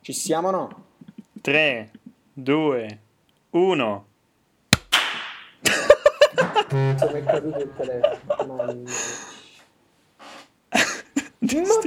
Ci siamo o no? 3, 2, 1. Se mi è caduto il telefono. Ma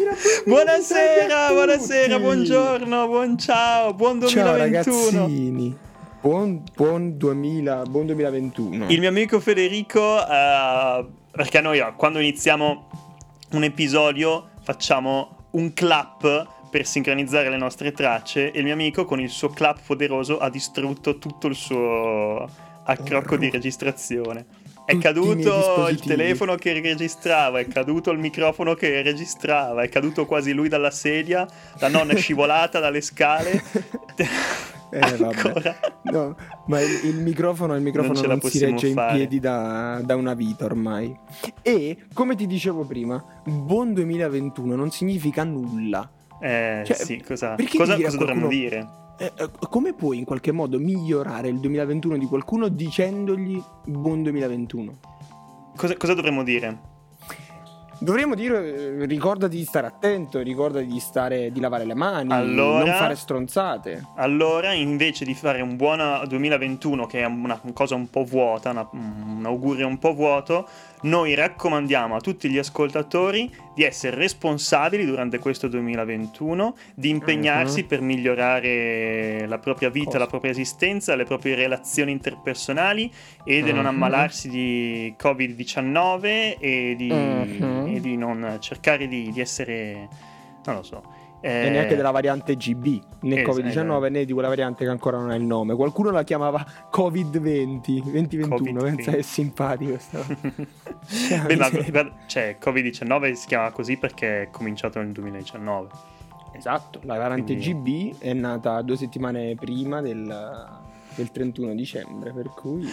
Buonasera, buongiorno, ciao, buon 2021. Ciao ragazzini. Buon 2021. Il mio amico Federico, perché noi quando iniziamo un episodio facciamo un clap per sincronizzare le nostre tracce, e il mio amico con il suo clap poderoso ha distrutto tutto il suo accrocco di registrazione. È caduto il telefono che registrava, è caduto il microfono che registrava, è caduto quasi lui dalla sedia, la nonna è scivolata dalle scale. Vabbè. No, ma il microfono non si regge in piedi da una vita ormai. E come ti dicevo prima, buon 2021 non significa nulla. Sì, cosa dovremmo dire? Come puoi in qualche modo migliorare il 2021 di qualcuno dicendogli buon 2021? Cosa dovremmo dire? Dovremmo dire ricordati di stare attento, ricordati di lavare le mani, non fare stronzate. Allora, invece di fare un buon 2021, che è una cosa un po' vuota, un augurio un po' vuoto, noi raccomandiamo a tutti gli ascoltatori di essere responsabili durante questo 2021, di impegnarsi per migliorare la propria vita, la propria esistenza, le proprie relazioni interpersonali, e di non ammalarsi di Covid-19 e di non cercare di essere, non lo so, e neanche della variante GB, né Covid-19 né di quella variante che ancora non ha il nome. Qualcuno la chiamava Covid-20, 2021, pensa, è simpatico. Beh, ma Covid-19 si chiama così perché è cominciato nel 2019. Esatto, la variante GB è nata 2 settimane prima del 31 dicembre, per cui...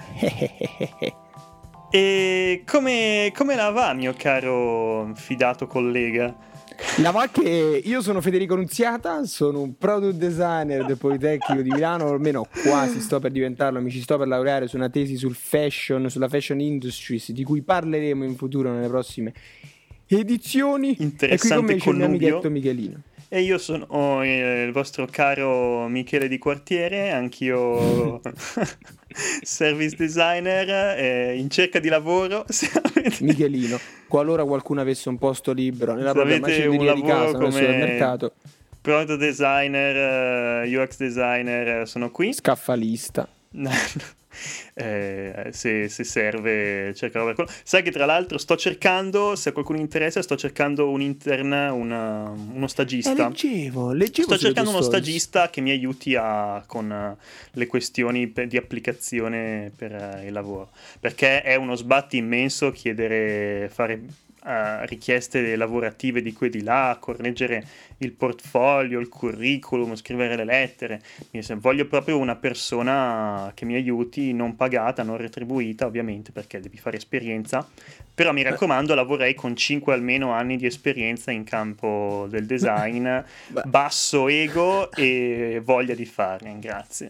E come la va, mio caro fidato collega? La va che io sono Federico Nunziata, sono un product designer del Politecnico di Milano, almeno quasi sto per diventarlo, mi ci sto per laureare su una tesi sulla fashion industries, di cui parleremo in futuro nelle prossime edizioni. Interessante, e qui con me c'è il mio amichetto Michelino. E io sono il vostro caro Michele di quartiere, anch'io service designer, in cerca di lavoro. Michelino, qualora qualcuno avesse un posto libero nella propria macelleria di casa, nel supermercato, product designer, UX designer, sono qui. Scaffalista. Se serve cercare quello. Sai che tra l'altro sto cercando, se a qualcuno interessa, sto cercando un intern, uno stagista. Leggevo sto cercando uno stagista che mi aiuti con le questioni di applicazione per il lavoro, perché è uno sbatti immenso fare richieste lavorative di qui e di là, correggere il portfolio, il curriculum, scrivere le lettere. Voglio proprio una persona che mi aiuti, non pagata, non retribuita, ovviamente, perché devi fare esperienza, però mi raccomando, lavorei con 5 almeno anni di esperienza in campo del design, basso ego e voglia di farne, grazie.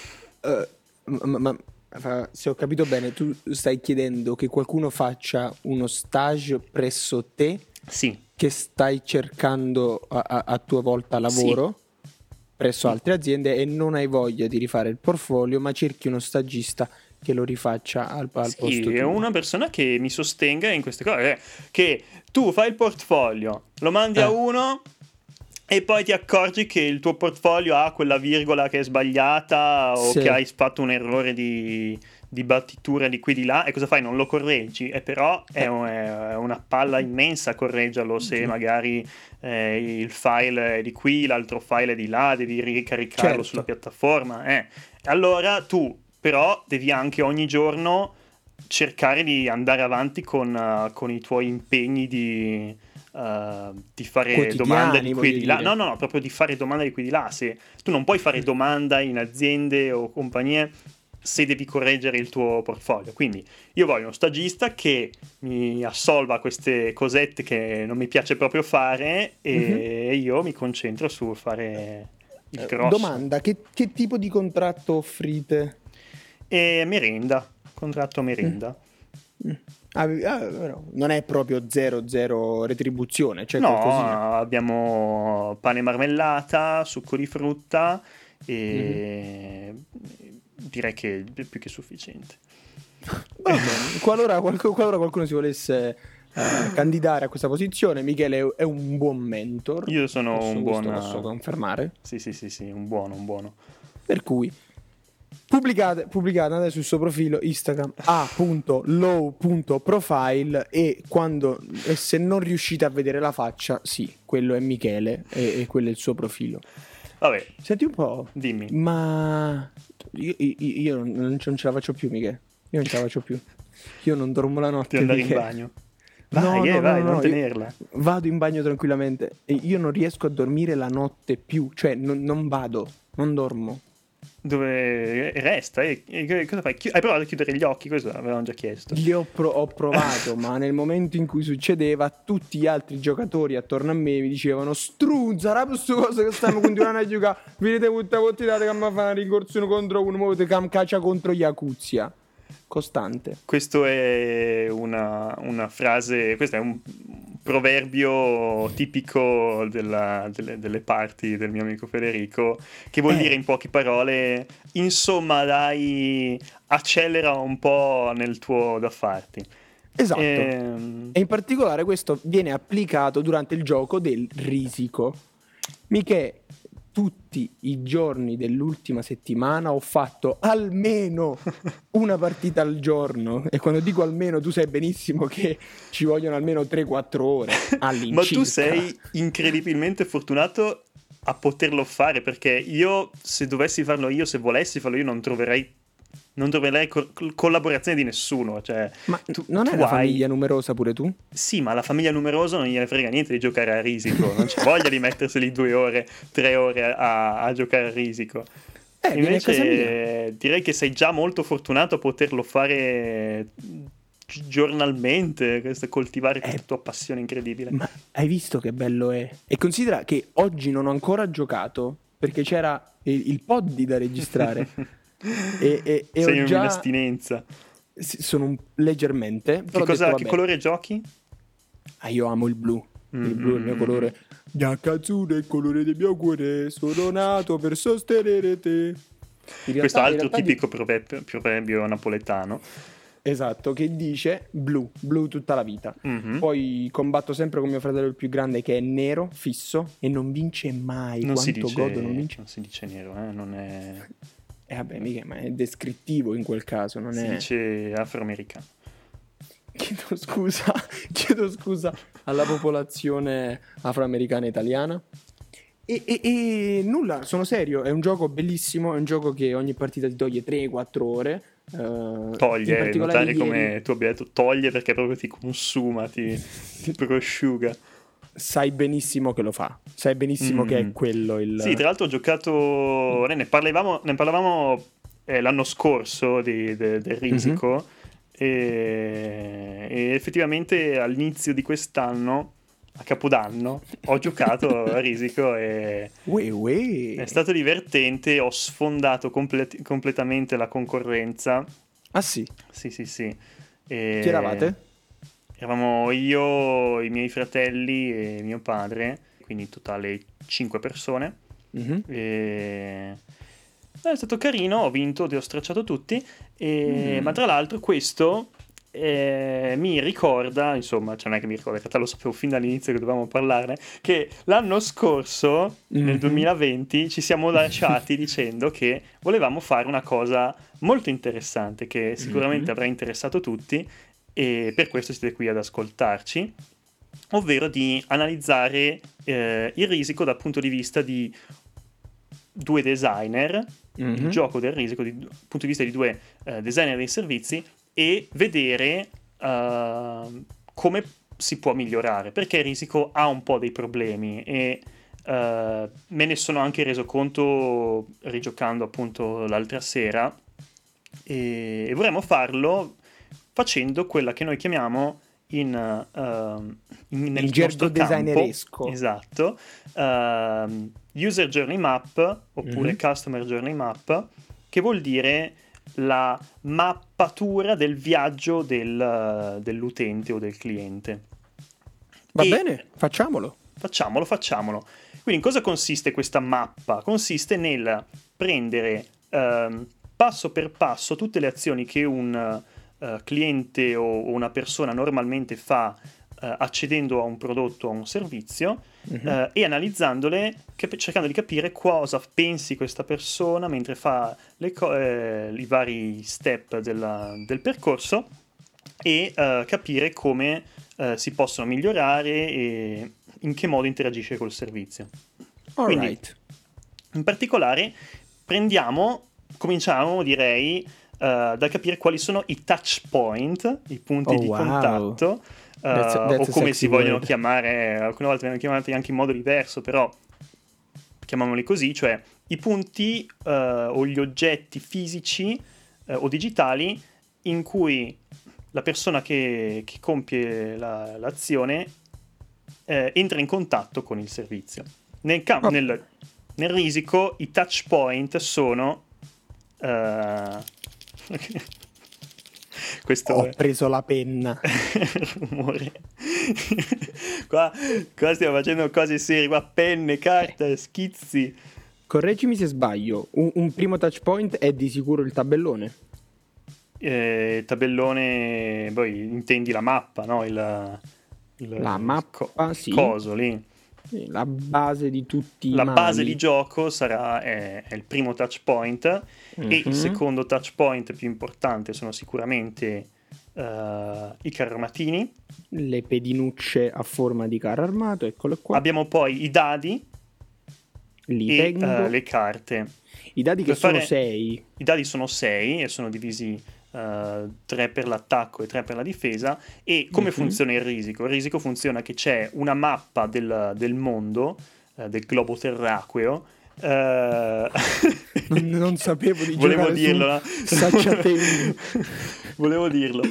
Ma se ho capito bene, tu stai chiedendo che qualcuno faccia uno stage presso te? Sì. Che stai cercando a tua volta lavoro presso altre aziende e non hai voglia di rifare il portfolio, ma cerchi uno stagista che lo rifaccia al posto tuo. È una persona che mi sostenga in queste cose, che tu fai il portfolio, lo mandi a uno e poi ti accorgi che il tuo portfolio ha quella virgola che è sbagliata o che hai fatto un errore di battitura di qui di là, e cosa fai? Non lo correggi, e però è una palla immensa correggerlo se magari il file è di qui, l'altro file è di là, devi ricaricarlo sulla piattaforma. Allora tu però devi anche ogni giorno cercare di andare avanti con i tuoi impegni di fare domande di qui e di là. No, proprio di fare domande di qui e di là. Se tu non puoi fare domanda in aziende o compagnie se devi correggere il tuo portfolio, quindi io voglio uno stagista che mi assolva queste cosette che non mi piace proprio fare, e io mi concentro su fare il grosso. Domanda, che tipo di contratto offrite? Contratto merenda. Però non è proprio 0 retribuzione, c'è No, qualcosina. abbiamo pane e marmellata, succo di frutta Mhm. e direi che è più che sufficiente. Va bene. Qualora qualcuno si volesse candidare a questa posizione, Michele è un buon mentor. Io sono un Questo buon... posso confermare. Sì, un buono. Per cui pubblicate andate sul suo profilo Instagram a.low.profile e se non riuscite a vedere la faccia, sì, quello è Michele e quello è il suo profilo. Vabbè, Senti un po', dimmi. ma io non ce la faccio più, Michele. Io non ce la faccio più. Io non dormo la notte, Di andare in Michele. bagno. No, Vai, non io tenerla. vado in bagno tranquillamente e io non riesco a dormire la notte più, cioè non vado, non dormo. Dove resta? E cosa fai? Hai provato a chiudere gli occhi? Questo avevamo già chiesto. Ho provato, ma nel momento in cui succedeva, tutti gli altri giocatori attorno a me mi dicevano: Struzza, era queste cose che stanno continuando a giocare. Vedete tutta volta che mi fa una ricorsione contro uno, muovete cam caccia contro Yakuzia. Costante. Questo è una frase, questo è un proverbio tipico delle parti del mio amico Federico, che vuol dire in poche parole, insomma, dai, accelera un po' nel tuo da farti. Esatto. E in particolare questo viene applicato durante il gioco del risico. Michè, tutti i giorni dell'ultima settimana ho fatto almeno una partita al giorno. E quando dico almeno, tu sai benissimo che ci vogliono almeno 3-4 ore all'incirca. Ma tu sei incredibilmente fortunato a poterlo fare, perché io, se dovessi farlo io, se volessi farlo io, non troverei collaborazione di nessuno. Cioè, ma non è una famiglia numerosa pure tu? Sì, ma la famiglia numerosa non gliene frega niente di giocare a risico, non c'è voglia di metterseli 2 ore, 3 ore a giocare a risico. Invece direi che sei già molto fortunato a poterlo fare giornalmente, coltivare questa tua passione incredibile. Ma hai visto che bello è? E considera che oggi non ho ancora giocato perché c'era il poddy da registrare. e sei ho già... in astinenza. Sono leggermente. Però Che colore giochi? Io amo il blu. Il blu è il mio colore. Giaccazzuno è il colore del mio cuore. Sono nato per sostenere te. Questo altro tipico proverbio napoletano. Esatto, che dice blu tutta la vita. Poi combatto sempre con mio fratello il più grande che è nero, fisso, e non vince mai. Non si dice nero, non è... vabbè, mica, ma è descrittivo in quel caso, non si dice afroamericano. Chiedo scusa alla popolazione afroamericana italiana. E nulla, sono serio, è un gioco bellissimo, è un gioco che ogni partita ti toglie 3-4 ore. Toglie, notare come tu abbia detto toglie, perché proprio ti consuma, ti prosciuga. Sai benissimo che lo fa, sai benissimo che è quello il... Sì, tra l'altro ho giocato, ne parlavamo l'anno scorso del risico, e effettivamente all'inizio di quest'anno, a Capodanno, ho giocato a risico e è stato divertente. Ho sfondato completamente la concorrenza. Ah sì? Sì. Chi eravate? Eravamo io, i miei fratelli e mio padre, quindi in totale 5 persone. E... è stato carino, ho vinto, li ho stracciato tutti, ma tra l'altro questo mi ricorda, insomma, cioè non è che mi ricorda, in realtà lo sapevo fin dall'inizio che dovevamo parlarne, che l'anno scorso, nel 2020, ci siamo lasciati dicendo che volevamo fare una cosa molto interessante che sicuramente avrà interessato tutti, e per questo siete qui ad ascoltarci, ovvero di analizzare il risico dal punto di vista di 2 designer, il gioco del risico dal punto di vista di 2 designer dei servizi, e vedere come si può migliorare, perché il risico ha un po' dei problemi e me ne sono anche reso conto rigiocando appunto l'altra sera, e vorremmo farlo facendo quella che noi chiamiamo nel gergo designeresco, esatto, user journey map oppure customer journey map, che vuol dire la mappatura del viaggio dell'utente o del cliente. Va bene, facciamolo. Facciamolo. Quindi in cosa consiste questa mappa? Consiste nel prendere passo per passo tutte le azioni che un cliente o una persona normalmente fa accedendo a un prodotto o a un servizio, e analizzandole, cercando di capire cosa pensi questa persona mentre fa i vari step del percorso, e capire come si possono migliorare e in che modo interagisce col servizio. Quindi, Alright. in particolare, cominciamo direi da capire quali sono i touch point, i punti di contatto, That's o a come sexy si vogliono word. chiamare, alcune volte vengono chiamati anche in modo diverso, però chiamiamoli così, cioè i punti o gli oggetti fisici o digitali in cui la persona che compie l'azione entra in contatto con il servizio. Nel risico i touch point sono questo Ho preso la penna. rumore. qua stiamo facendo cose serie, qua penne, carta, schizzi. Correggimi se sbaglio, un primo touch point è di sicuro il tabellone. Tabellone, poi intendi la mappa, no? La mappa, sì. Coso lì. Sì, la base di tutti i La mali. base di gioco è il primo touch point, e il secondo touch point più importante sono sicuramente i carri armatini. Le pedinucce a forma di carro armato, eccole qua. Abbiamo poi i dadi Li e tengo. le carte. I dadi che sono 6. I dadi sono 6 e sono divisi 3 per l'attacco e 3 per la difesa. E come funziona il risico? Il risico funziona che c'è una mappa del mondo, del globo terracqueo. Non sapevo di Volevo giocare dirlo, no? Sacciatelli. Volevo dirlo.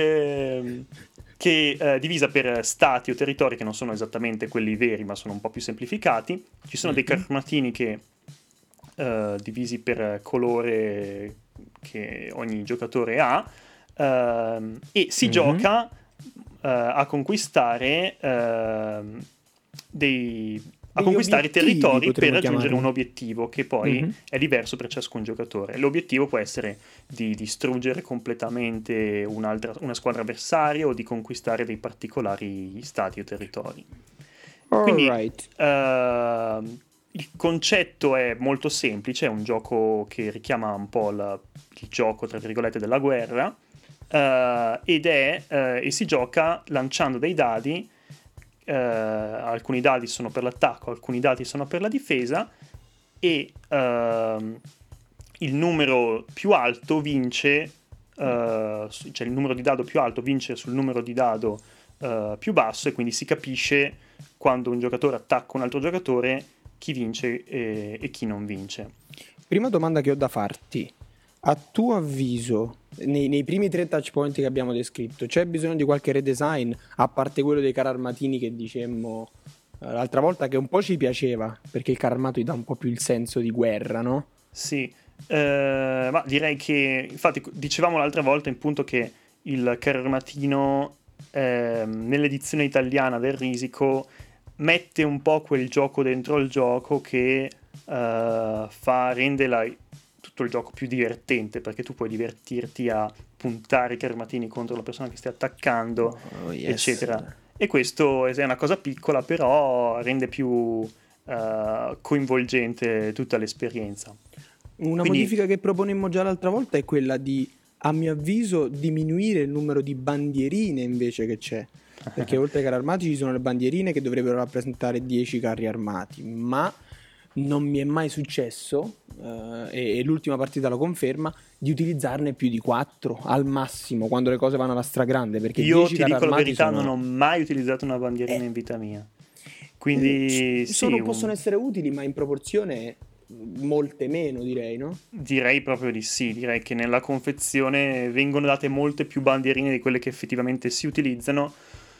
Che è divisa per stati o territori che non sono esattamente quelli veri, ma sono un po' più semplificati. Ci sono dei carmatini che divisi per colore che ogni giocatore ha, e si gioca a conquistare obiettivi, territori per potremmo raggiungere chiamarli. un obiettivo che poi è diverso per ciascun giocatore. L'obiettivo può essere di distruggere completamente una squadra avversaria o di conquistare dei particolari stati o territori. Quindi Alright. il concetto è molto semplice, è un gioco che richiama un po' il gioco, tra virgolette, della guerra, e si gioca lanciando dei dadi. Alcuni dadi sono per l'attacco, alcuni dadi sono per la difesa, e il numero più alto vince, cioè il numero di dado più alto vince sul numero di dado più basso, e quindi si capisce quando un giocatore attacca un altro giocatore chi vince e chi non vince. Prima domanda che ho da farti. A tuo avviso, nei primi 3 touch point che abbiamo descritto, c'è bisogno di qualche redesign, a parte quello dei carri armatini che dicemmo l'altra volta, che un po' ci piaceva, perché il carro armato gli dà un po' più il senso di guerra, no? Sì, ma direi che, infatti, dicevamo l'altra volta appunto che il carro armatino nell'edizione italiana del Risico mette un po' quel gioco dentro il gioco che rende tutto il gioco più divertente, perché tu puoi divertirti a puntare i carmatini contro la persona che stai attaccando, eccetera. E questo è una cosa piccola, però rende più coinvolgente tutta l'esperienza. Una modifica che proponemmo già l'altra volta è quella di, a mio avviso, diminuire il numero di bandierine invece che c'è. Perché oltre ai carri armati ci sono le bandierine che dovrebbero rappresentare 10 carri armati, ma non mi è mai successo, e l'ultima partita lo conferma, di utilizzarne più di 4 al massimo quando le cose vanno alla stragrande, perché io 10 ti carri dico la armati verità, sono... non ho mai utilizzato una bandierina in vita mia, quindi possono essere utili, ma in proporzione molte meno, direi, no? Direi proprio di sì, direi che nella confezione vengono date molte più bandierine di quelle che effettivamente si utilizzano.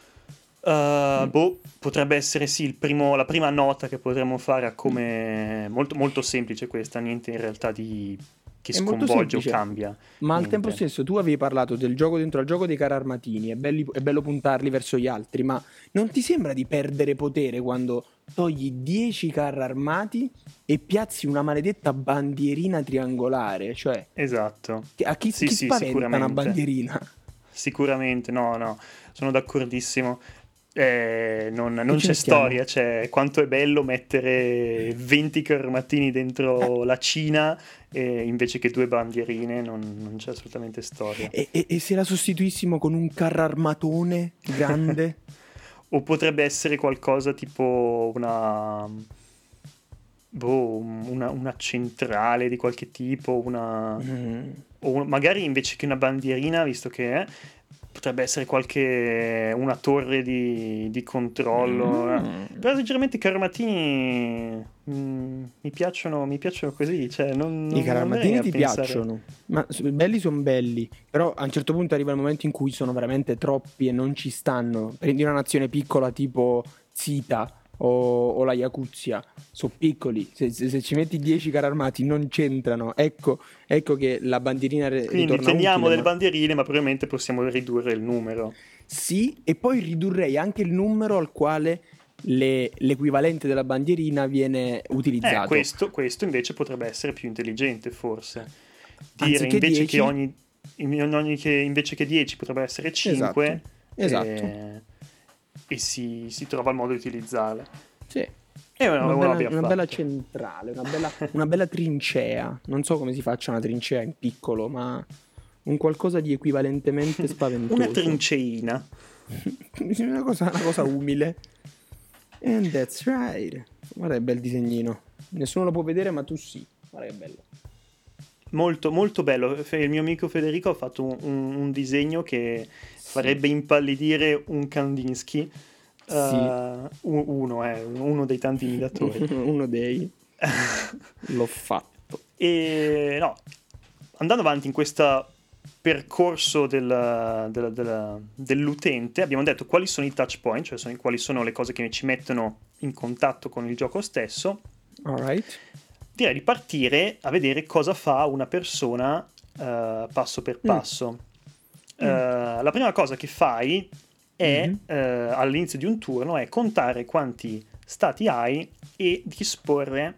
Potrebbe essere sì la prima nota che potremmo fare, a come molto, molto semplice questa, niente in realtà di che È molto sconvolge o semplice, cambia ma al tempo niente. stesso tu avevi parlato del gioco dentro al gioco dei carri armatini, è bello puntarli verso gli altri, ma non ti sembra di perdere potere quando togli 10 carri armati e piazzi una maledetta bandierina triangolare? Cioè, Esatto. a chi, Sì, chi sì, spaventa una sicuramente. bandierina? Sicuramente, no, no, sono d'accordissimo. Che Non ci c'è mettiamo? storia, cioè quanto è bello mettere 20 carmatini Eh, dentro la Cina invece che due bandierine, non c'è assolutamente storia. e se la sostituissimo con un carro armatone grande? O potrebbe essere qualcosa tipo una centrale di qualche tipo, Mm. magari invece che una bandierina, visto che potrebbe essere una torre di controllo. Mm. Però sinceramente i carmatini mi piacciono così, cioè I carri non verrei armatini a ti pensare. piacciono, ma belli sono belli, però a un certo punto arriva il momento in cui sono veramente troppi e non ci stanno. Prendi una nazione piccola tipo Zita o la Yakuzia, sono piccoli, se ci metti 10 carri armati non c'entrano, ecco che la bandierina Quindi ritorna teniamo utile, delle ma bandierine, ma probabilmente possiamo ridurre il numero. sì, e poi ridurrei anche il numero al quale l'equivalente della bandierina viene utilizzato. Questo invece potrebbe essere più intelligente, forse. Dire Anziché invece che 10, invece che 10 potrebbe essere esatto, 5 esatto. e si trova il modo di utilizzarle. Sì, E uno abbia una bella fatto. centrale, una bella trincea. Non so come si faccia una trincea in piccolo, ma un qualcosa di equivalentemente Una spaventoso. trinceina. Una cosa umile. And that's right. Guarda che bel disegnino. Nessuno lo può vedere, ma tu sì. Guarda che bello. Molto, molto bello. Il mio amico Federico ha fatto un disegno che Sì, farebbe impallidire un Kandinsky. sì. Uno dei tanti imitatori. Uno dei. L'ho fatto. E no, andando avanti in questo percorso dell'utente, abbiamo detto quali sono i touch point, cioè quali sono le cose che ci mettono in contatto con il gioco stesso. Alright. Direi di partire a vedere cosa fa una persona passo per Mm, passo. mm, La prima cosa che fai è mhm. all'inizio di un turno è contare quanti stati hai e disporre,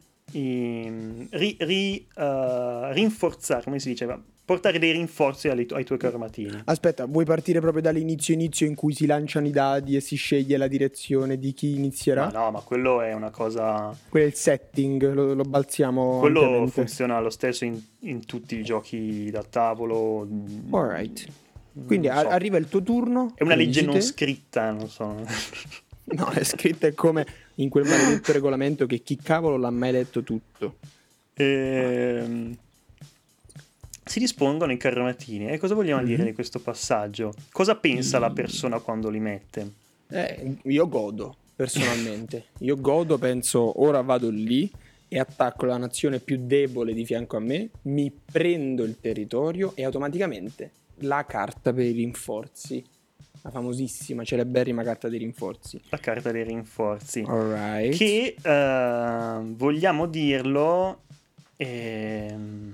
rinforzare, come si dice, portare dei rinforzi ai tuoi carmatini. Aspetta, vuoi partire proprio dall'inizio inizio in cui si lanciano i dadi e si sceglie la direzione di chi Ma inizierà? no, ma quello è una cosa. Quello è il setting, lo balziamo Quello ampiamente. funziona lo stesso in tutti i giochi da tavolo. Alright. Quindi Non so. arriva il tuo turno, È una come legge dici non te. scritta, non so. No, è scritto è come in quel maledetto regolamento che chi cavolo l'ha mai letto tutto. Ehm, Si dispongono i carromatini. E cosa vogliamo dire Mhm. di questo passaggio? Cosa pensa la I- persona quando li mette? Io godo, personalmente. Io godo, penso, ora vado lì e attacco la nazione più debole di fianco a me, mi prendo il territorio e automaticamente la carta per i rinforzi. La famosissima, celeberrima carta dei rinforzi. La carta dei rinforzi. Alright. Che, vogliamo dirlo, ehm,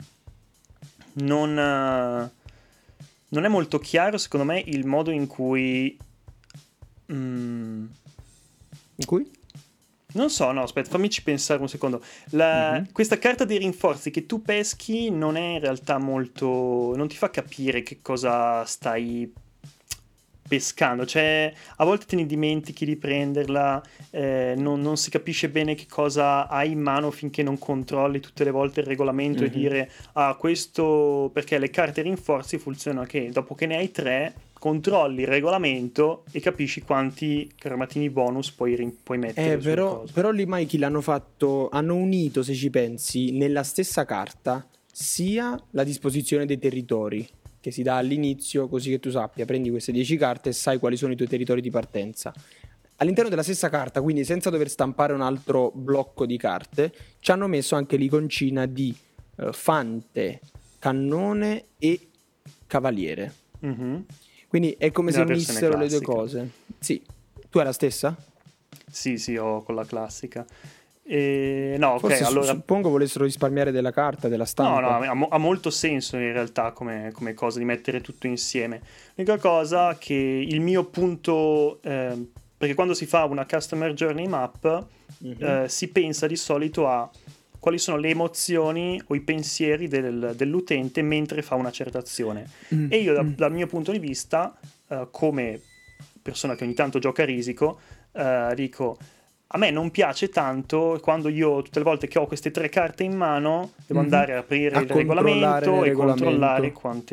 non è molto chiaro, secondo me, il modo in cui. mm, In cui? Non so, no, aspetta, fammici pensare un secondo. Mhm. Questa carta dei rinforzi che tu peschi non è in realtà molto. Non ti fa capire che cosa stai pescando. Cioè, a volte te ne dimentichi di prenderla, non si capisce bene che cosa hai in mano finché non controlli tutte le volte il regolamento e Mhm. dire, ah, questo. Perché le carte rinforzi funzionano che dopo che ne hai tre controlli il regolamento e capisci quanti carmatini bonus puoi mettere sul coso. Però lì Mikey l'hanno fatto, hanno unito, se ci pensi, nella stessa carta sia la disposizione dei territori che si dà all'inizio, così che tu sappia, prendi queste 10 carte e sai quali sono i tuoi territori di partenza. All'interno della stessa carta, quindi senza dover stampare un altro blocco di carte, ci hanno messo anche l'iconcina di fante, cannone e cavaliere. Mhm. Quindi è come se Nella versione unissero le due classica. cose. Sì, tu hai la stessa? Sì, sì, ho con la classica. No, ok, Forse allora... suppongo volessero risparmiare della carta, della No, stampa. ha molto senso in realtà come cosa di mettere tutto insieme. L'unica cosa che il mio punto, perché quando si fa una Customer Journey Map, si pensa di solito a quali sono le emozioni o i pensieri dell'utente mentre fa una certa azione. E io dal mio punto di vista, come persona che ogni tanto gioca a risico, dico... A me non piace tanto quando io, tutte le volte che ho queste 3 carte in mano, devo andare a aprire il regolamento e controllare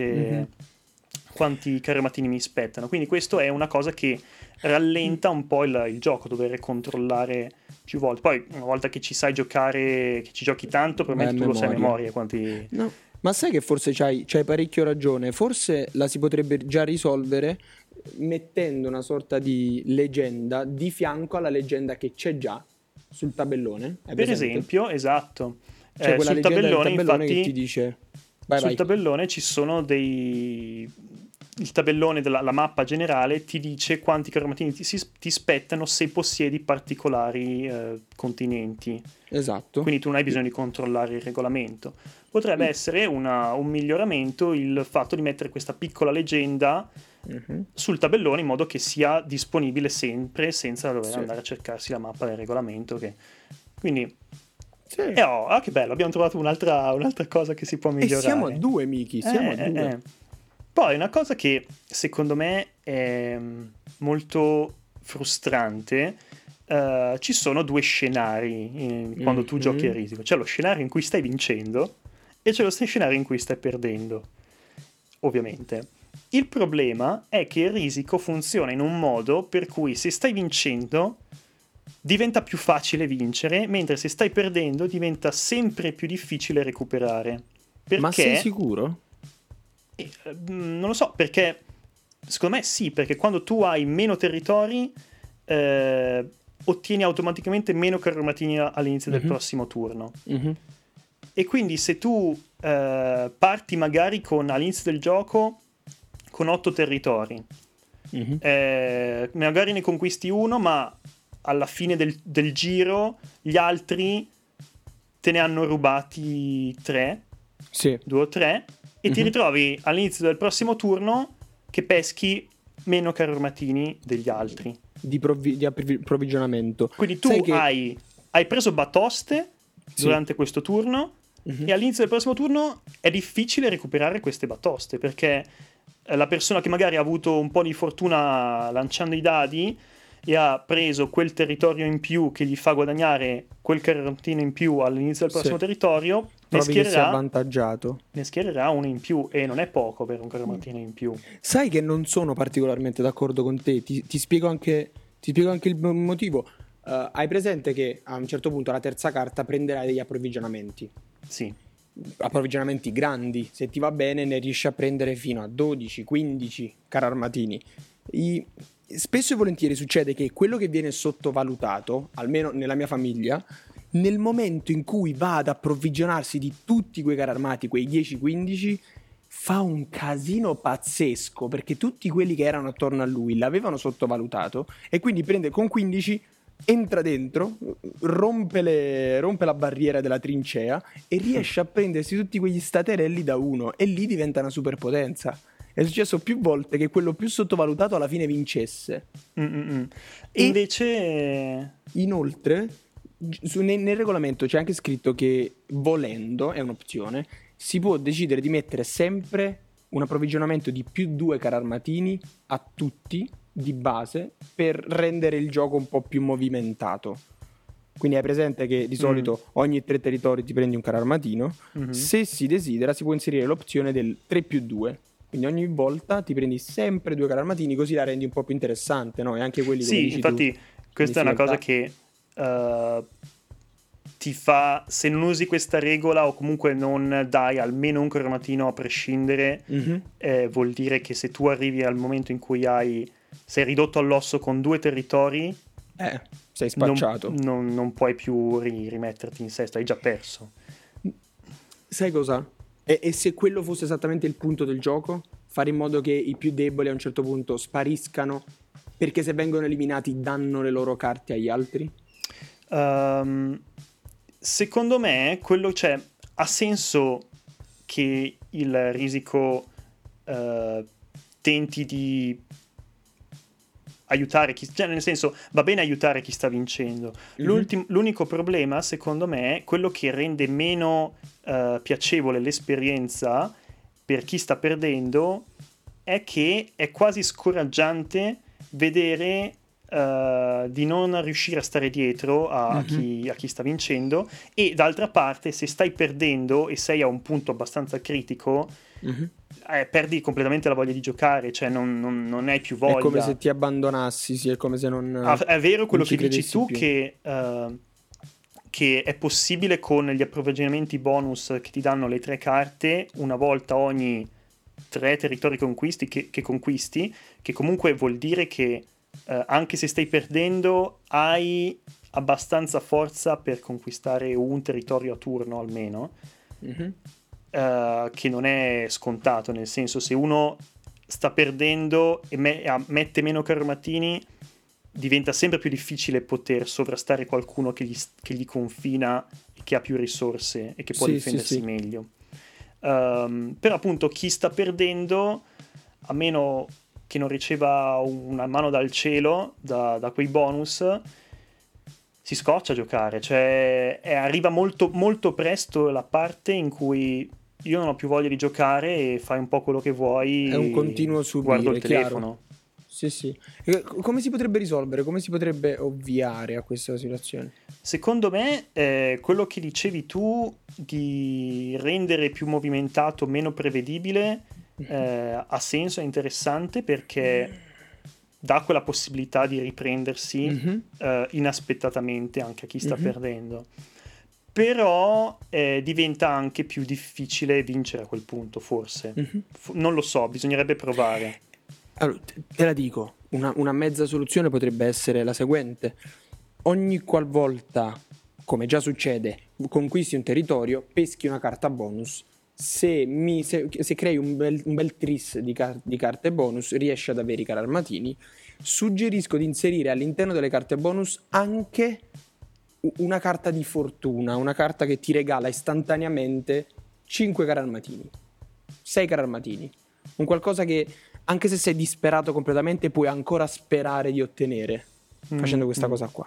quanti carromatini mi spettano. Quindi questo è una cosa che rallenta un po' il gioco, dover controllare più volte. Poi, una volta che ci sai giocare, che ci giochi tanto, probabilmente tu lo sai a memoria quanti... No, ma sai che forse c'hai parecchio ragione. Forse la si potrebbe già risolvere mettendo una sorta di leggenda di fianco alla leggenda che c'è già sul tabellone. Per esempio, esatto. C'è quella sul leggenda del tabellone, tabellone infatti, che ti dice... sul tabellone ci sono il tabellone la mappa generale ti dice quanti carromatini ti spettano se possiedi particolari continenti. Esatto. Quindi tu non hai bisogno di controllare il regolamento. Potrebbe essere un miglioramento il fatto di mettere questa piccola leggenda sul tabellone in modo che sia disponibile sempre senza dover andare a cercarsi la mappa del regolamento. Quindi... che bello, abbiamo trovato un'altra cosa che si può migliorare. E siamo a 2, Miki, siamo a 2. Poi una cosa che secondo me è molto frustrante, ci sono 2 scenari quando tu giochi a risico. C'è lo scenario in cui stai vincendo e c'è lo scenario in cui stai perdendo, ovviamente. Il problema è che il risico funziona in un modo per cui se stai vincendo diventa più facile vincere, mentre se stai perdendo diventa sempre più difficile recuperare. Perché? Ma sei sicuro? Non lo so, perché secondo me sì, perché quando tu hai meno territori ottieni automaticamente meno carromatini all'inizio del prossimo turno. E quindi se tu parti magari all'inizio del gioco con 8 territori, magari ne conquisti uno, ma alla fine del giro gli altri te ne hanno rubati 3, 2 o 3, e ti ritrovi all'inizio del prossimo turno che peschi meno carromatini degli altri di approvvigionamento. Quindi tu hai preso batoste durante questo turno e all'inizio del prossimo turno è difficile recuperare queste batoste, perché la persona che magari ha avuto un po' di fortuna lanciando i dadi e ha preso quel territorio in più che gli fa guadagnare quel carromatino in più all'inizio del prossimo territorio, ne schiererà uno in più, e non è poco per un carromatino in più. Sai che non sono particolarmente d'accordo con te, ti spiego anche il motivo. Hai presente che a un certo punto la terza carta prenderà degli approvvigionamenti? Sì. Approvvigionamenti grandi, se ti va bene ne riesci a prendere fino a 12, 15 cararmatini. Spesso e volentieri succede che quello che viene sottovalutato, almeno nella mia famiglia, nel momento in cui va ad approvvigionarsi di tutti quei carri armati, quei 10-15, fa un casino pazzesco, perché tutti quelli che erano attorno a lui l'avevano sottovalutato, e quindi prende con 15, entra dentro, rompe la barriera della trincea e riesce a prendersi tutti quegli staterelli da uno, e lì diventa una superpotenza. È successo più volte che quello più sottovalutato alla fine vincesse. E invece, inoltre, nel regolamento c'è anche scritto che, volendo, è un'opzione, si può decidere di mettere sempre un approvvigionamento di più 2 cararmatini a tutti di base, per rendere il gioco un po' più movimentato. Quindi hai presente che di solito ogni 3 territori ti prendi un cararmatino. Se si desidera si può inserire l'opzione del 3+2, quindi ogni volta ti prendi sempre 2 cararmatini, così la rendi un po' più interessante, no? E anche quelli, come dici infatti, questa è una cosa che ti fa, se non usi questa regola o comunque non dai almeno un carromatino a prescindere, vuol dire che se tu arrivi al momento in cui sei ridotto all'osso con 2 territori, sei spacciato. Non puoi più rimetterti in sesto, hai già perso. Sai cosa? E se quello fosse esattamente il punto del gioco? Fare in modo che i più deboli a un certo punto spariscano, perché se vengono eliminati danno le loro carte agli altri? Secondo me quello ha senso che il risico tenti di aiutare nel senso, va bene aiutare chi sta vincendo. L'unico problema, secondo me, è quello che rende meno piacevole l'esperienza per chi sta perdendo, è che è quasi scoraggiante vedere di non riuscire a stare dietro a chi sta vincendo, e d'altra parte, se stai perdendo e sei a un punto abbastanza critico, perdi completamente la voglia di giocare, cioè non hai più voglia. È come se ti abbandonassi, sì, è come se non... È vero quello che dici tu, più. che è possibile con gli approvvigionamenti bonus che ti danno le 3 carte una volta ogni 3 territori che conquisti, che comunque vuol dire che anche se stai perdendo hai abbastanza forza per conquistare un territorio a turno almeno, che non è scontato, nel senso, se uno sta perdendo e mette meno carromatini, diventa sempre più difficile poter sovrastare qualcuno che gli confina e che ha più risorse e che può difendersi meglio. Però appunto chi sta perdendo, a meno che non riceva una mano dal cielo da quei bonus, si scoccia a giocare, cioè arriva molto, molto presto la parte in cui io non ho più voglia di giocare e fai un po' quello che vuoi. È un continuo subire, guardo il telefono. Sì. Come si potrebbe risolvere? Come si potrebbe ovviare a questa situazione? Secondo me quello che dicevi tu di rendere più movimentato, meno prevedibile, ha senso, è interessante, perché dà quella possibilità di riprendersi inaspettatamente anche a chi sta perdendo. Però diventa anche più difficile vincere a quel punto, forse. Non lo so, bisognerebbe provare. Allora, te la dico, una mezza soluzione potrebbe essere la seguente: ogni qualvolta, come già succede, conquisti un territorio, peschi una carta bonus. Se crei un bel tris di carte bonus, riesci ad avere i carri armatini. Suggerisco di inserire all'interno delle carte bonus anche una carta di fortuna, una carta che ti regala istantaneamente 5 carri armatini, 6 carri armatini, un qualcosa che anche se sei disperato completamente puoi ancora sperare di ottenere facendo questa cosa qua.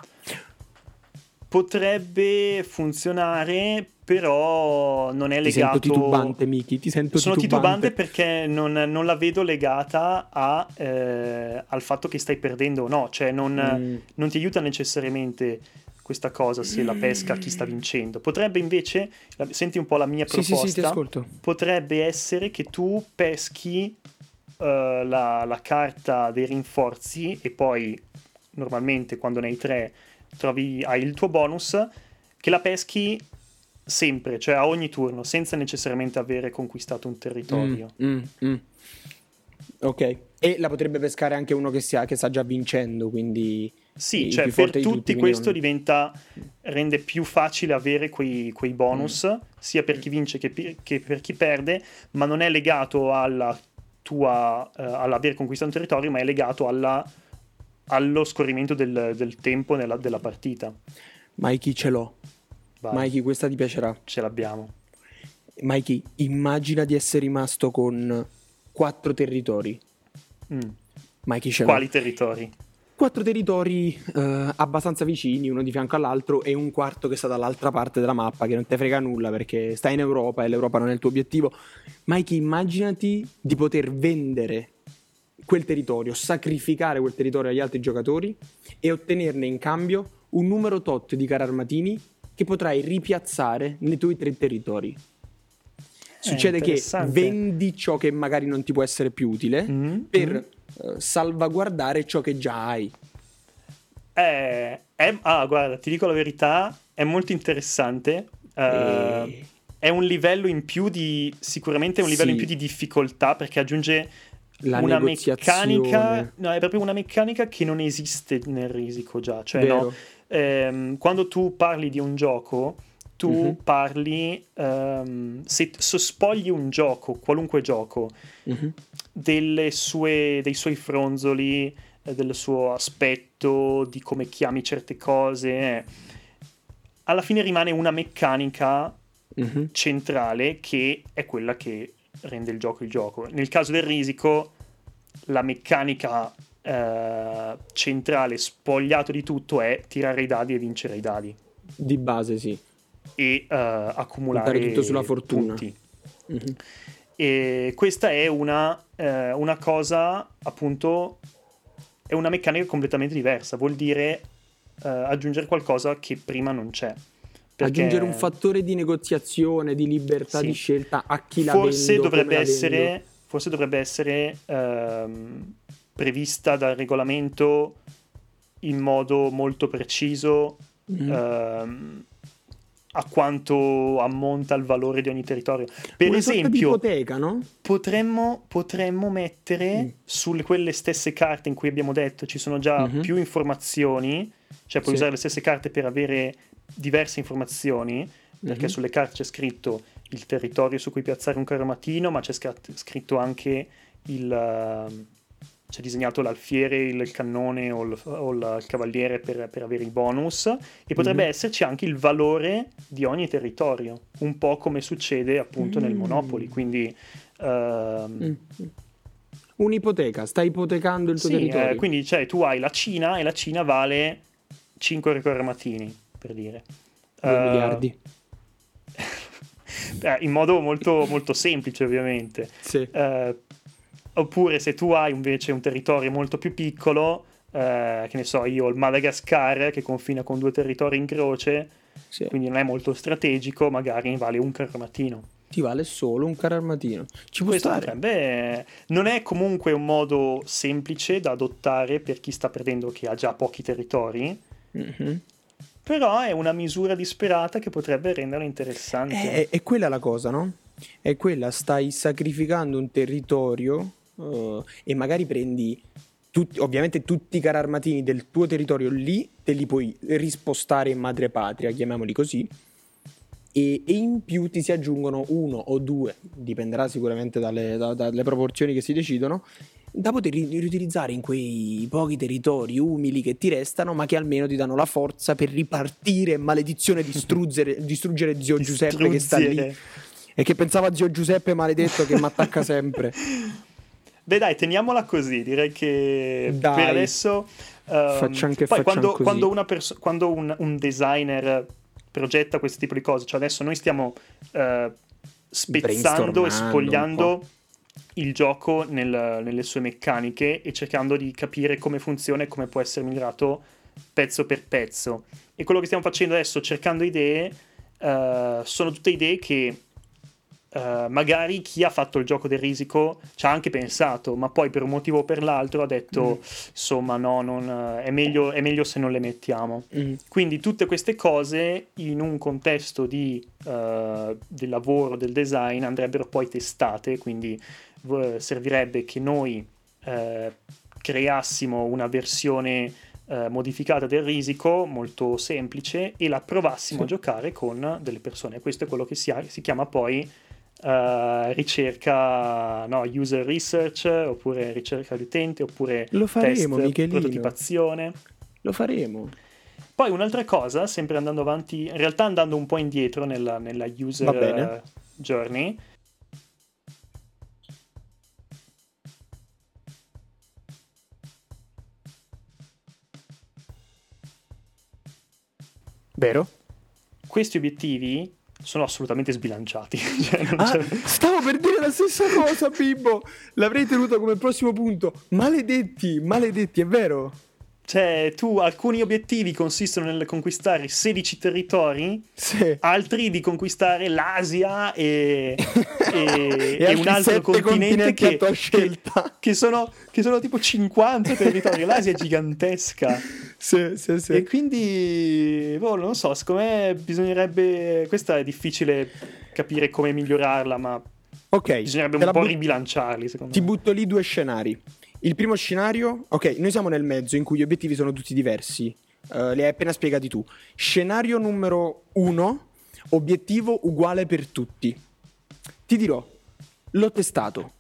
Potrebbe funzionare, però non è legato... Ti sento titubante, Miki, Sono titubante perché non la vedo legata al fatto che stai perdendo o no, cioè non ti aiuta necessariamente questa cosa se la pesca chi sta vincendo. Potrebbe invece, senti un po' la mia proposta, sì, ti ascolto. Potrebbe essere che tu peschi la carta dei rinforzi e poi normalmente quando ne hai 3 hai il tuo bonus, che la peschi sempre, cioè a ogni turno, senza necessariamente avere conquistato un territorio. Ok, e la potrebbe pescare anche uno che sta già vincendo, quindi sì, cioè per tutti questo rende più facile avere quei bonus, sia per chi vince che per chi perde, ma non è legato alla tua all'aver conquistato un territorio, ma è legato allo scorrimento del tempo della partita. Mikey, ce l'ho. Vai. Mikey, questa ti piacerà. Ce l'abbiamo. Mikey, immagina di essere rimasto con 4 territori. Mikey, ce l'ho. Quali territori? 4 territori abbastanza vicini, uno di fianco all'altro, e un quarto che sta dall'altra parte della mappa, che non te frega nulla perché stai in Europa e l'Europa non è il tuo obiettivo. Mikey, immaginati di poter vendere quel territorio, sacrificare quel territorio agli altri giocatori e ottenerne in cambio un numero tot di carri armatini che potrai ripiazzare nei tuoi 3 territori. Succede che vendi ciò che magari non ti può essere più utile per salvaguardare ciò che già hai. Guarda, ti dico la verità, è molto interessante. È un livello in più sicuramente è un livello in più di difficoltà, perché aggiunge una meccanica, è proprio una meccanica che non esiste nel risico già, cioè quando tu parli di un gioco, tu parli, se spogli un gioco, qualunque gioco, dei suoi fronzoli, del suo aspetto, di come chiami certe cose, alla fine rimane una meccanica centrale che è quella che rende il gioco il gioco. Nel caso del Risico la meccanica centrale, spogliato di tutto, è tirare i dadi e vincere i dadi. Di base, sì. E accumulare tutto sulla fortuna. punti. E questa è una cosa, appunto, è una meccanica completamente diversa. Vuol dire aggiungere qualcosa che prima non c'è. Aggiungere un fattore di negoziazione, di libertà di scelta a chi forse la dovrebbe vendo. Forse dovrebbe essere prevista dal regolamento in modo molto preciso a quanto ammonta il valore di ogni territorio. Per una esempio, sorta di ipoteca, no? Potremmo mettere su quelle stesse carte in cui abbiamo detto ci sono già più informazioni, cioè puoi usare le stesse carte per avere diverse informazioni, perché sulle carte c'è scritto il territorio su cui piazzare un carro mattino, ma c'è scritto anche c'è disegnato l'alfiere, il cannone o il cavaliere per avere i bonus, e potrebbe esserci anche il valore di ogni territorio, un po' come succede appunto nel Monopoly, quindi un'ipoteca, stai ipotecando il tuo territorio. quindi cioè, tu hai la Cina e la Cina vale 5 carri mattini, per dire 2 miliardi. In modo molto, molto semplice, ovviamente. Sì. Oppure se tu hai invece un territorio molto più piccolo, che ne so, io ho il Madagascar che confina con 2 territori in croce, quindi non è molto strategico, magari vale un carro mattino. Ti vale solo un carro armatino. Questo potrebbe... Non è comunque un modo semplice da adottare per chi sta perdendo, che ha già pochi territori, però è una misura disperata che potrebbe renderlo interessante. È quella la cosa, no? È quella, stai sacrificando un territorio e magari prendi ovviamente tutti i carri armatini del tuo territorio lì, te li puoi rispostare in madrepatria, chiamiamoli così, e in più ti si aggiungono 1 o 2, dipenderà sicuramente dalle proporzioni che si decidono, da poter riutilizzare in quei pochi territori umili che ti restano, ma che almeno ti danno la forza per ripartire, maledizione, distruggere zio Giuseppe che sta lì e che pensava a zio Giuseppe maledetto che mi attacca sempre. Beh dai, teniamola così, direi che per adesso quando un designer progetta questo tipo di cose, cioè adesso noi stiamo spezzando e spogliando il gioco nelle sue meccaniche e cercando di capire come funziona e come può essere migliorato pezzo per pezzo, e quello che stiamo facendo adesso, cercando idee, sono tutte idee che magari chi ha fatto il gioco del Risico ci ha anche pensato, ma poi per un motivo o per l'altro ha detto insomma no, è meglio se non le mettiamo. Quindi tutte queste cose in un contesto del lavoro, del design, andrebbero poi testate, quindi servirebbe che noi creassimo una versione modificata del Risico molto semplice e la provassimo a giocare con delle persone. Questo è quello che si chiama poi ricerca, user research, oppure ricerca di utente, oppure lo faremo, test, Michelino. prototipazione. Lo faremo. Poi un'altra cosa, sempre andando avanti, in realtà andando un po' indietro nella user journey. Vero? Questi obiettivi sono assolutamente sbilanciati. Stavo per dire la stessa cosa, Pippo. L'avrei tenuto come prossimo punto. Maledetti, è vero? Cioè, alcuni obiettivi consistono nel conquistare 16 territori, altri di conquistare l'Asia e un altro continente a tua scelta. che sono tipo 50 territori. L'Asia è gigantesca. Sì. E quindi, non so, secondo me bisognerebbe... Questa è difficile capire come migliorarla, ma bisognerebbe un po' ribilanciarli, secondo me. Ti butto lì 2 scenari. Il primo scenario, noi siamo nel mezzo in cui gli obiettivi sono tutti diversi, li hai appena spiegati tu. Scenario numero 1, obiettivo uguale per tutti. Ti dirò, l'ho testato.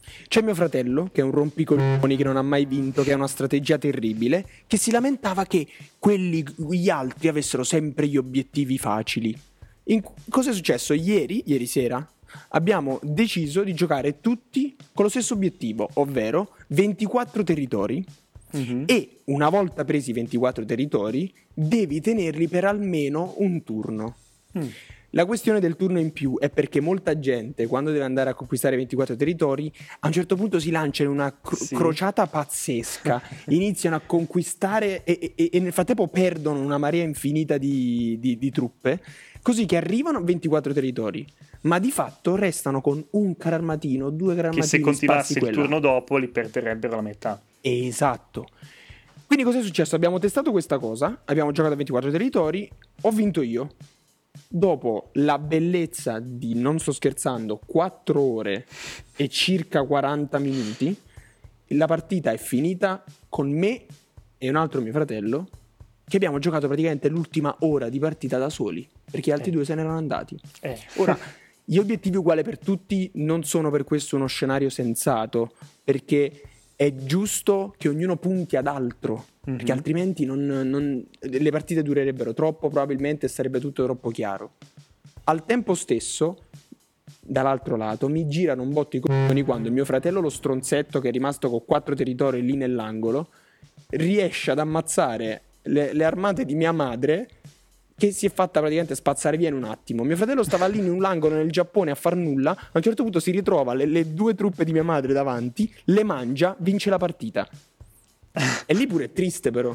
C'è mio fratello, che è un rompicoglioni, che non ha mai vinto, che ha una strategia terribile, che si lamentava che gli altri avessero sempre gli obiettivi facili. Cosa è successo? Ieri sera, abbiamo deciso di giocare tutti con lo stesso obiettivo, ovvero 24 territori. E una volta presi i 24 territori, devi tenerli per almeno un turno. La questione del turno in più è perché molta gente, quando deve andare a conquistare 24 territori, a un certo punto si lancia in una crociata pazzesca, iniziano a conquistare e nel frattempo perdono una marea infinita di truppe, così che arrivano a 24 territori, ma di fatto restano con un carro armatino, 2 carri armatini. Che se continuasse il turno dopo li perderebbero la metà. Esatto. Quindi cosa è successo? Abbiamo testato questa cosa, abbiamo giocato a 24 territori, ho vinto io. Dopo la bellezza di, non sto scherzando, 4 ore e circa 40 minuti, la partita è finita con me e un altro mio fratello, che abbiamo giocato praticamente l'ultima ora di partita da soli, perché gli altri due se ne erano andati. Ora, gli obiettivi uguali per tutti non sono per questo uno scenario sensato, perché è giusto che ognuno punti ad altro, perché altrimenti le partite durerebbero troppo, probabilmente sarebbe tutto troppo chiaro. Al tempo stesso, dall'altro lato, mi girano un botto i coglioni quando il mio fratello, lo stronzetto che è rimasto con 4 territori lì nell'angolo, riesce ad ammazzare le armate di mia madre, che si è fatta praticamente spazzare via in un attimo. Mio fratello stava lì in un angolo nel Giappone a far nulla, a un certo punto si ritrova le 2 truppe di mia madre davanti, le mangia, vince la partita. E lì pure è triste, però.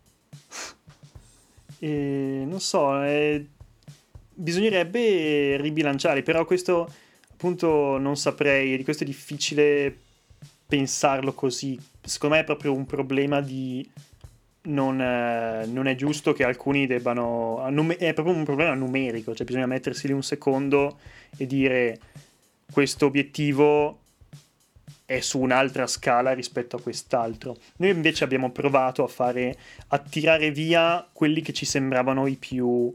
Non so, bisognerebbe ribilanciare, però questo appunto non saprei, di questo è difficile pensarlo così. Secondo me è proprio un problema di... Non è giusto che alcuni debbano... È proprio un problema numerico, cioè bisogna mettersi lì un secondo e dire questo obiettivo è su un'altra scala rispetto a quest'altro. Noi invece abbiamo provato a tirare via quelli che ci sembravano i più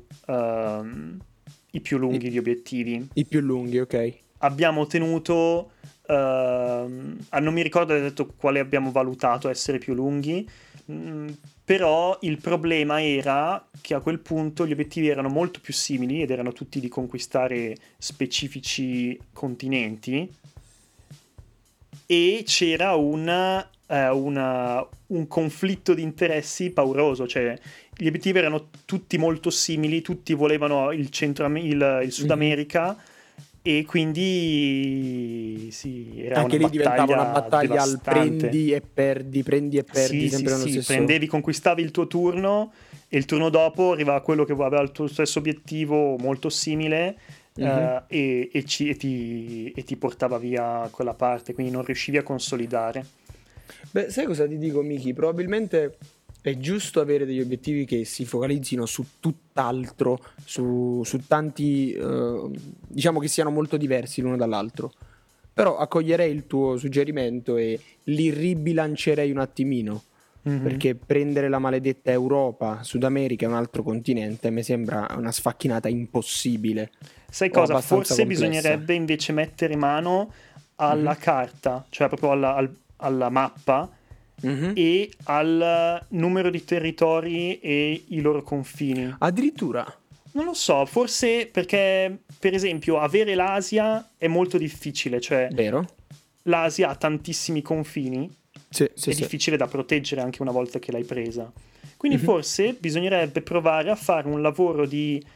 lunghi di obiettivi. I più lunghi, ok. Abbiamo ottenuto... non mi ricordo detto quale abbiamo valutato essere più lunghi, però il problema era che a quel punto gli obiettivi erano molto più simili ed erano tutti di conquistare specifici continenti e c'era un conflitto di interessi pauroso, cioè gli obiettivi erano tutti molto simili, tutti volevano il Sud America. E quindi sì, era anche lì diventava una battaglia al prendi e perdi, sì, sempre nello stesso. Prendevi, conquistavi il tuo turno e il turno dopo arrivava quello che aveva il tuo stesso obiettivo molto simile e ti portava via quella parte, quindi non riuscivi a consolidare. Beh, sai cosa ti dico, Miki? Probabilmente è giusto avere degli obiettivi che si focalizzino su tutt'altro, su tanti, diciamo che siano molto diversi l'uno dall'altro. Però accoglierei il tuo suggerimento e li ribilancerei un attimino, perché prendere la maledetta Europa, Sud America e un altro continente mi sembra una sfacchinata impossibile. Sai cosa? Forse complessa. Bisognerebbe invece mettere mano alla carta, cioè proprio alla mappa, e al numero di territori e i loro confini. Addirittura? Non lo so, forse perché, per esempio, avere l'Asia è molto difficile, cioè vero? L'Asia ha tantissimi confini, sì, è difficile da proteggere anche una volta che l'hai presa. Quindi forse bisognerebbe provare a fare un lavoro di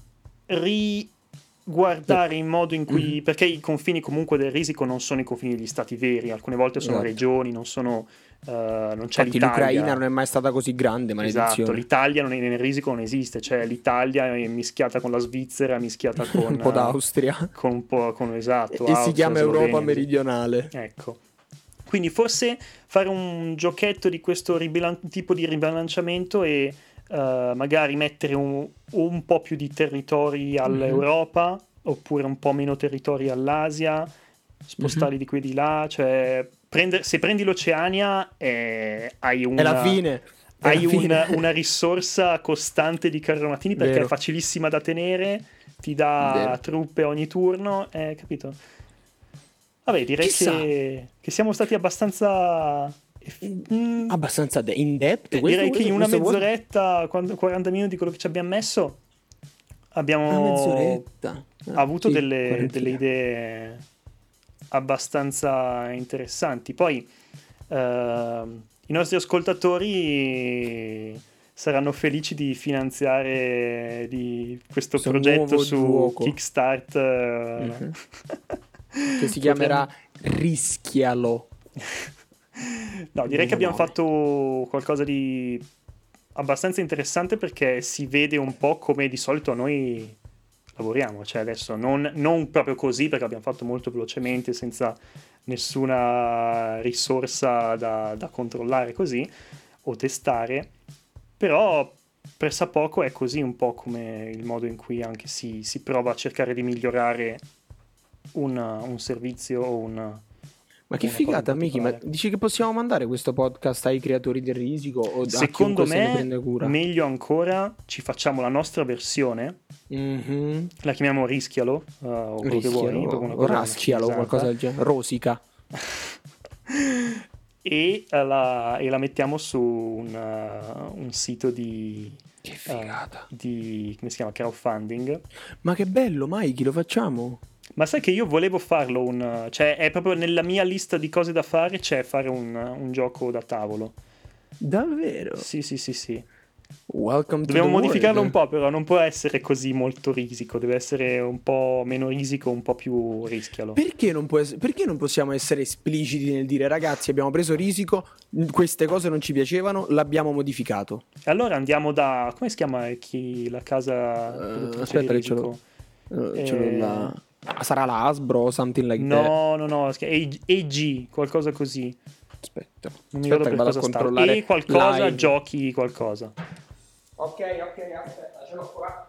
guardare in modo in cui, perché i confini comunque del risico non sono i confini degli stati veri, alcune volte sono regioni, non sono non c'è infatti l'Italia. L'Ucraina non è mai stata così grande, maledizione. Esatto, l'Italia nel risico non esiste, cioè l'Italia è mischiata con la Svizzera, mischiata con un po' d'Austria, con un po' con esatto, e Austria, si chiama Slovenia, Europa meridionale. Ecco. Quindi forse fare un giochetto di questo tipo di ribilanciamento e magari mettere un po' più di territori all'Europa, oppure un po' meno territori all'Asia, spostarli di qui e di là, cioè se prendi l'Oceania hai è la fine. Una risorsa costante di carri armatini, perché è facilissima da tenere, ti dà truppe ogni turno, capito? Vabbè, direi Chissà. che siamo stati abbastanza Abbastanza in depth. direi che in una questo mezz'oretta, 40 minuti, quello che ci abbiamo messo, abbiamo Una mezz'oretta. avuto Sì, delle quarantina. idee abbastanza interessanti. Poi i nostri ascoltatori saranno felici di finanziare di questo progetto nuovo su gioco. Kickstart. Che si chiamerà Rischialo. No, direi che abbiamo nome. fatto qualcosa di abbastanza interessante, perché si vede un po' come di solito noi lavoriamo, cioè adesso non proprio così, perché l'abbiamo fatto molto velocemente senza nessuna risorsa da controllare così o testare, però pressappoco è così un po' come il modo in cui anche si prova a cercare di migliorare un servizio o Ma che una cosa in figata, Miki, ma particolare. dici che possiamo mandare questo podcast ai creatori del risico o a Secondo chiunque se ne me, prende cura? meglio ancora, ci facciamo la nostra versione, Mhm. la chiamiamo Rischialo, o quello che vuoi, proprio una Rischialo, cosa raschialo, scimmesata, qualcosa del genere. Rosica. e la mettiamo su un sito Che figata. di, come si chiama, crowdfunding. Ma che bello, Mikey, lo facciamo? Ma sai che io volevo farlo, cioè è proprio nella mia lista di cose da fare, c'è fare un gioco da tavolo. Davvero? Sì. Welcome Dobbiamo to the modificarlo un world. po', però non può essere così molto risico, deve essere un po' meno risico, un po' più rischialo. Perché non possiamo essere espliciti nel dire ragazzi abbiamo preso risico, queste cose non ci piacevano, l'abbiamo modificato? E allora andiamo da, come si chiama la casa produttrice Aspetta di che ce l'ho, risico? ce l'ho là. Sarà la Hasbro o something like that. No, AG, qualcosa così. Aspetta, Non mi ricordo che per vado a cosa sta. controllare E qualcosa, live. giochi qualcosa. Ok, aspetta, ce l'ho qua.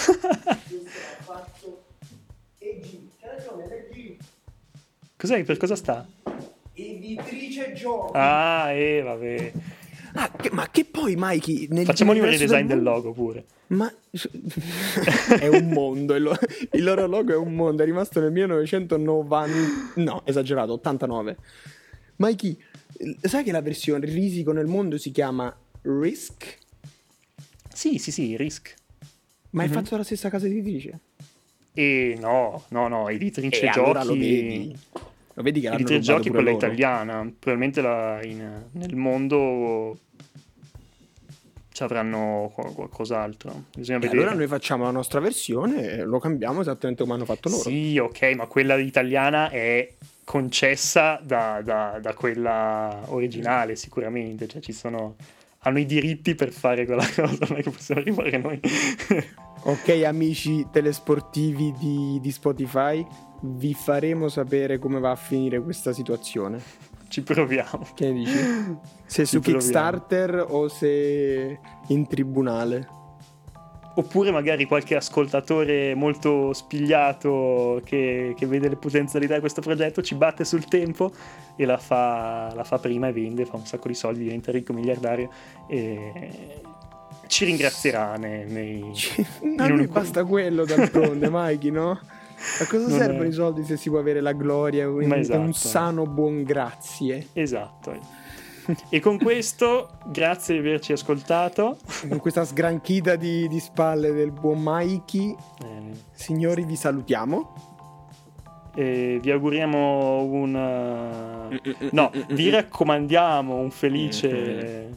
Fatto EG, c'è ragione, l'EG. Cos'è? Per cosa sta? Editrice giochi. Vabbè. Ma che poi, Mikey, Facciamogli un nell'universo redesign del mondo- logo pure. Ma è un mondo, il loro logo è un mondo, è rimasto nel 1990, no, esagerato, 89. Mikey, sai che la versione risico nel mondo si chiama Risk? Sì, Risk. Ma è fatto dalla stessa casa editrice? E no, editrice E giochi. allora lo vedi che l'hanno Editrice rubato giochi, pure quella loro. italiana. Probabilmente nel mondo ci avranno qualcos'altro. Bisogna E vedere. allora noi facciamo la nostra versione e lo cambiamo esattamente come hanno fatto loro. Sì, ok, ma quella italiana è concessa da quella originale, sicuramente. Cioè, hanno i diritti per fare quella cosa, non è che possiamo arrivare noi. Ok, amici telesportivi di Spotify, vi faremo sapere come va a finire questa situazione. Ci proviamo. Che ne dici? Se su proviamo. Kickstarter o se in tribunale? Oppure magari qualche ascoltatore molto spigliato che vede le potenzialità di questo progetto ci batte sul tempo e la fa prima e vende, fa un sacco di soldi, diventa ricco miliardario e ci ringrazierà A lui basta quello d'altronde, Mikey, no? A cosa Non servono è- i soldi se si può avere la gloria e Ma un esatto. sano buon grazie? Esatto. E con questo, grazie di averci ascoltato. Con questa sgranchita di spalle del buon Mikey, signori, vi salutiamo. E vi auguriamo no, vi raccomandiamo un felice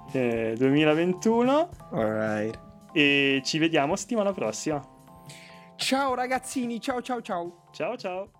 2021 Alright. e ci vediamo settimana prossima. Ciao ragazzini, ciao. Ciao.